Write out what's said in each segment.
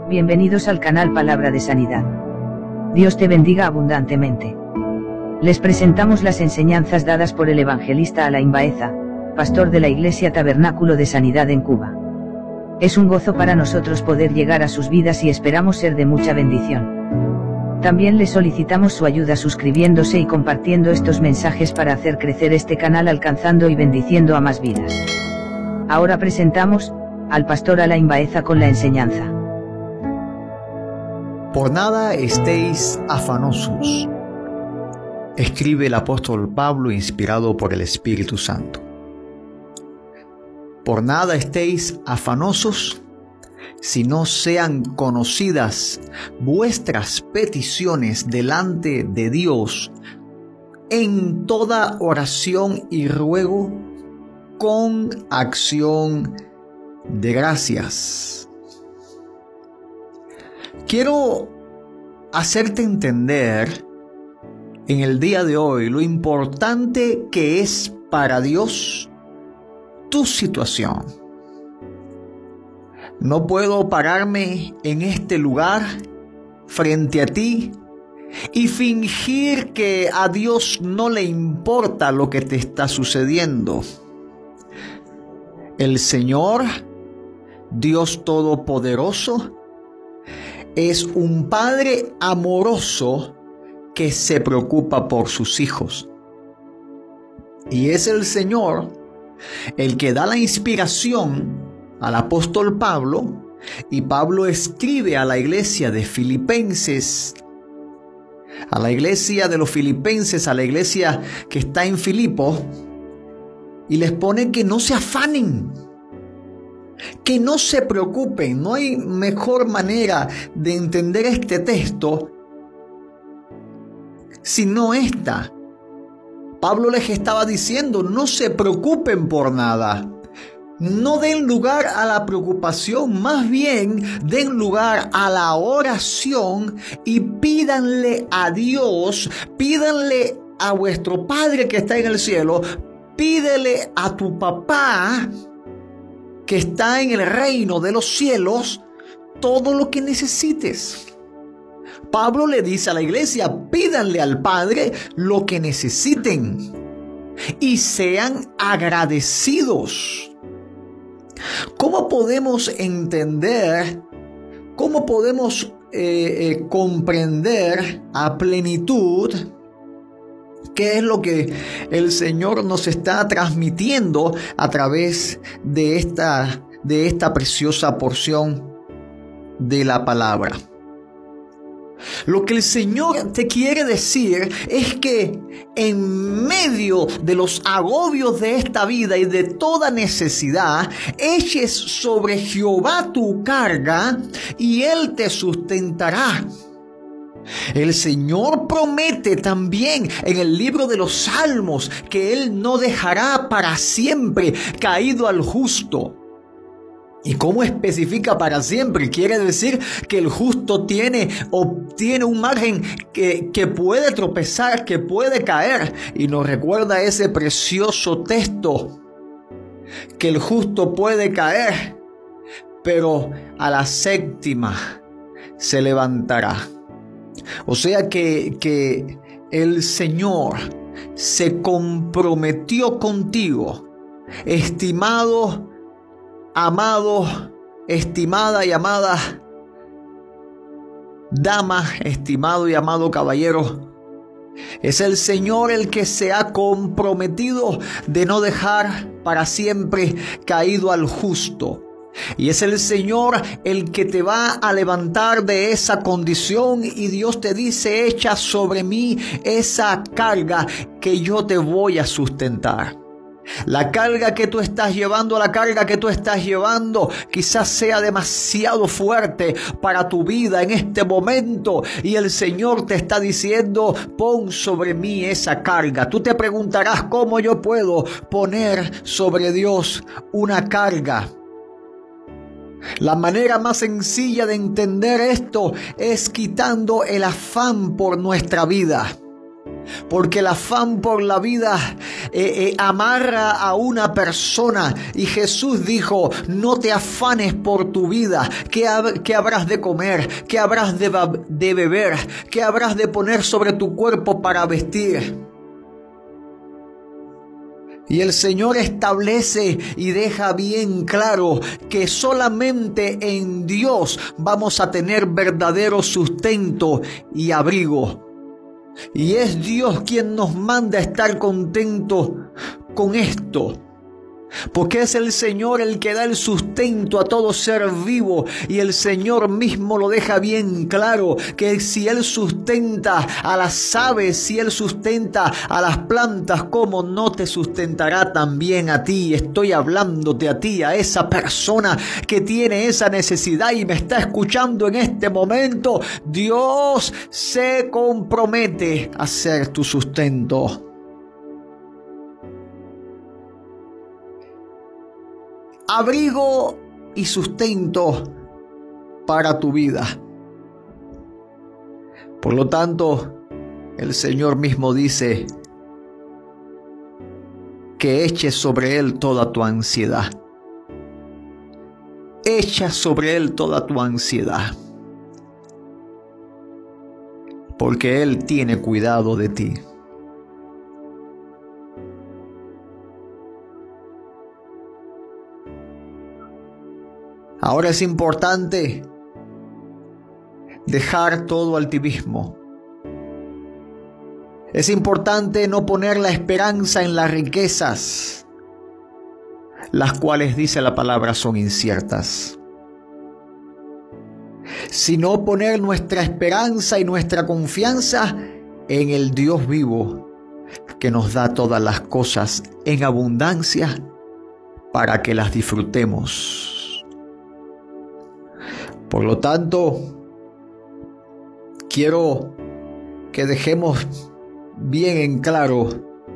Bienvenidos al canal Palabra de Sanidad. Dios te bendiga abundantemente. Les presentamos las enseñanzas dadas por el evangelista Alain Baeza, pastor de la Iglesia Tabernáculo de Sanidad en Cuba. Es un gozo para nosotros poder llegar a sus vidas y esperamos ser de mucha bendición. También les solicitamos su ayuda suscribiéndose y compartiendo estos mensajes para hacer crecer este canal, alcanzando y bendiciendo a más vidas. Ahora presentamos al pastor Alain Baeza con la enseñanza. Por nada estéis afanosos, escribe el apóstol Pablo inspirado por el Espíritu Santo. Por nada estéis afanosos, si no sean conocidas vuestras peticiones delante de Dios en toda oración y ruego con acción de gracias. Quiero hacerte entender en el día de hoy lo importante que es para Dios tu situación. No puedo pararme en este lugar frente a ti y fingir que a Dios no le importa lo que te está sucediendo. El Señor, Dios Todopoderoso, es un Padre amoroso que se preocupa por sus hijos. Y es el Señor el que da la inspiración al apóstol Pablo, y Pablo escribe a la iglesia de Filipenses, a la iglesia de los filipenses, a la iglesia que está en Filipo, y les pone que no se afanen, que no se preocupen. No hay mejor manera de entender este texto sino esta. Pablo les estaba diciendo: no se preocupen por nada. No den lugar a la preocupación, más bien den lugar a la oración y pídanle a Dios, pídanle a vuestro Padre que está en el cielo, pídele a tu papá que está en el reino de los cielos todo lo que necesites. Pablo le dice a la iglesia: pídanle al Padre lo que necesiten y sean agradecidos. ¿Cómo podemos entender, cómo podemos comprender a plenitud qué es lo que el Señor nos está transmitiendo a través de esta preciosa porción de la palabra? Lo que el Señor te quiere decir es que en medio de los agobios de esta vida y de toda necesidad, eches sobre Jehová tu carga y Él te sustentará. El Señor promete también en el libro de los Salmos que Él no dejará para siempre caído al justo. ¿Y cómo especifica para siempre? Quiere decir que el justo obtiene un margen que puede tropezar, que puede caer. Y nos recuerda ese precioso texto, que el justo puede caer, pero a la séptima se levantará. O sea que el Señor se comprometió contigo, estimado, amado, estimada y amada dama, estimado y amado caballero. Es el Señor el que se ha comprometido de no dejar para siempre caído al justo. Y es el Señor el que te va a levantar de esa condición, y Dios te dice: echa sobre mí esa carga que yo te voy a sustentar. La carga que tú estás llevando, quizás sea demasiado fuerte para tu vida en este momento, y el Señor te está diciendo: pon sobre mí esa carga. Tú te preguntarás: ¿cómo yo puedo poner sobre Dios una carga? La manera más sencilla de entender esto es quitando el afán por nuestra vida. Porque el afán por la vida amarra a una persona. Y Jesús dijo: no te afanes por tu vida. ¿Qué habrás de comer? ¿Qué habrás de beber? ¿Qué habrás de poner sobre tu cuerpo para vestir? Y el Señor establece y deja bien claro que solamente en Dios vamos a tener verdadero sustento y abrigo. Y es Dios quien nos manda a estar contentos con esto. Porque es el Señor el que da el sustento a todo ser vivo. Y el Señor mismo lo deja bien claro, que si Él sustenta a las aves, si Él sustenta a las plantas, ¿cómo no te sustentará también a ti? Estoy hablándote a ti, a esa persona que tiene esa necesidad y me está escuchando en este momento. Dios se compromete a ser tu sustento. Abrigo y sustento para tu vida. Por lo tanto, el Señor mismo dice que eches sobre Él toda tu ansiedad. Echa sobre Él toda tu ansiedad. Porque Él tiene cuidado de ti. Ahora es importante dejar todo altivismo. Es importante no poner la esperanza en las riquezas, las cuales, dice la palabra, son inciertas. Sino poner nuestra esperanza y nuestra confianza en el Dios vivo, que nos da todas las cosas en abundancia para que las disfrutemos. Por lo tanto, quiero que dejemos bien en claro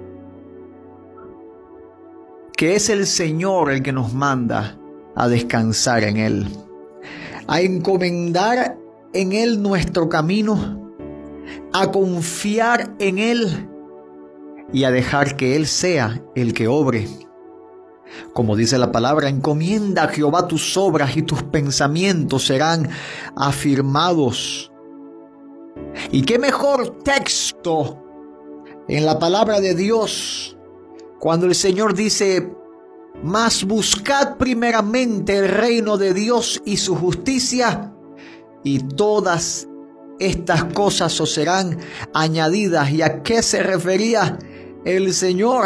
que es el Señor el que nos manda a descansar en Él, a encomendar en Él nuestro camino, a confiar en Él y a dejar que Él sea el que obre. Como dice la palabra, encomienda a Jehová tus obras y tus pensamientos serán afirmados. Y qué mejor texto en la palabra de Dios cuando el Señor dice: mas buscad primeramente el reino de Dios y su justicia, y todas estas cosas os serán añadidas. ¿Y a qué se refería el Señor?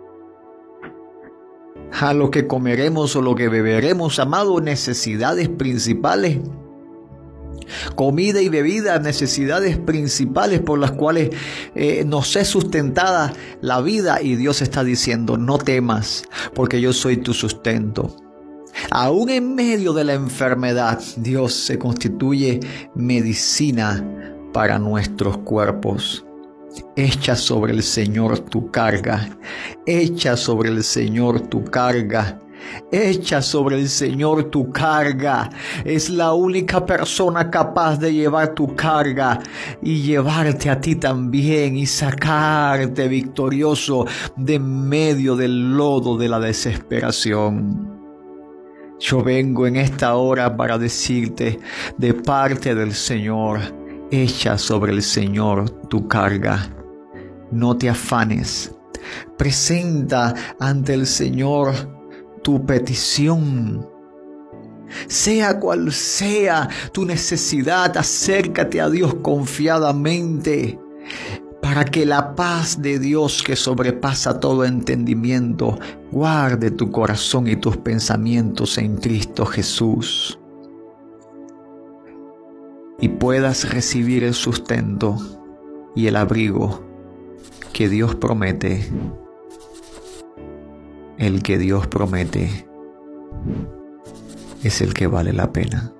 A lo que comeremos o lo que beberemos, amado, necesidades principales. Comida y bebida, necesidades principales por las cuales nos es sustentada la vida. Y Dios está diciendo: no temas, porque yo soy tu sustento. Aún en medio de la enfermedad, Dios se constituye medicina para nuestros cuerpos. Echa sobre el Señor tu carga. Echa sobre el Señor tu carga. Echa sobre el Señor tu carga. Es la única persona capaz de llevar tu carga y llevarte a ti también y sacarte victorioso de medio del lodo de la desesperación. Yo vengo en esta hora para decirte de parte del Señor: echa sobre el Señor tu carga. No te afanes. Presenta ante el Señor tu petición. Sea cual sea tu necesidad, acércate a Dios confiadamente, para que la paz de Dios, que sobrepasa todo entendimiento, guarde tu corazón y tus pensamientos en Cristo Jesús, y puedas recibir el sustento y el abrigo que Dios promete. El que Dios promete es el que vale la pena.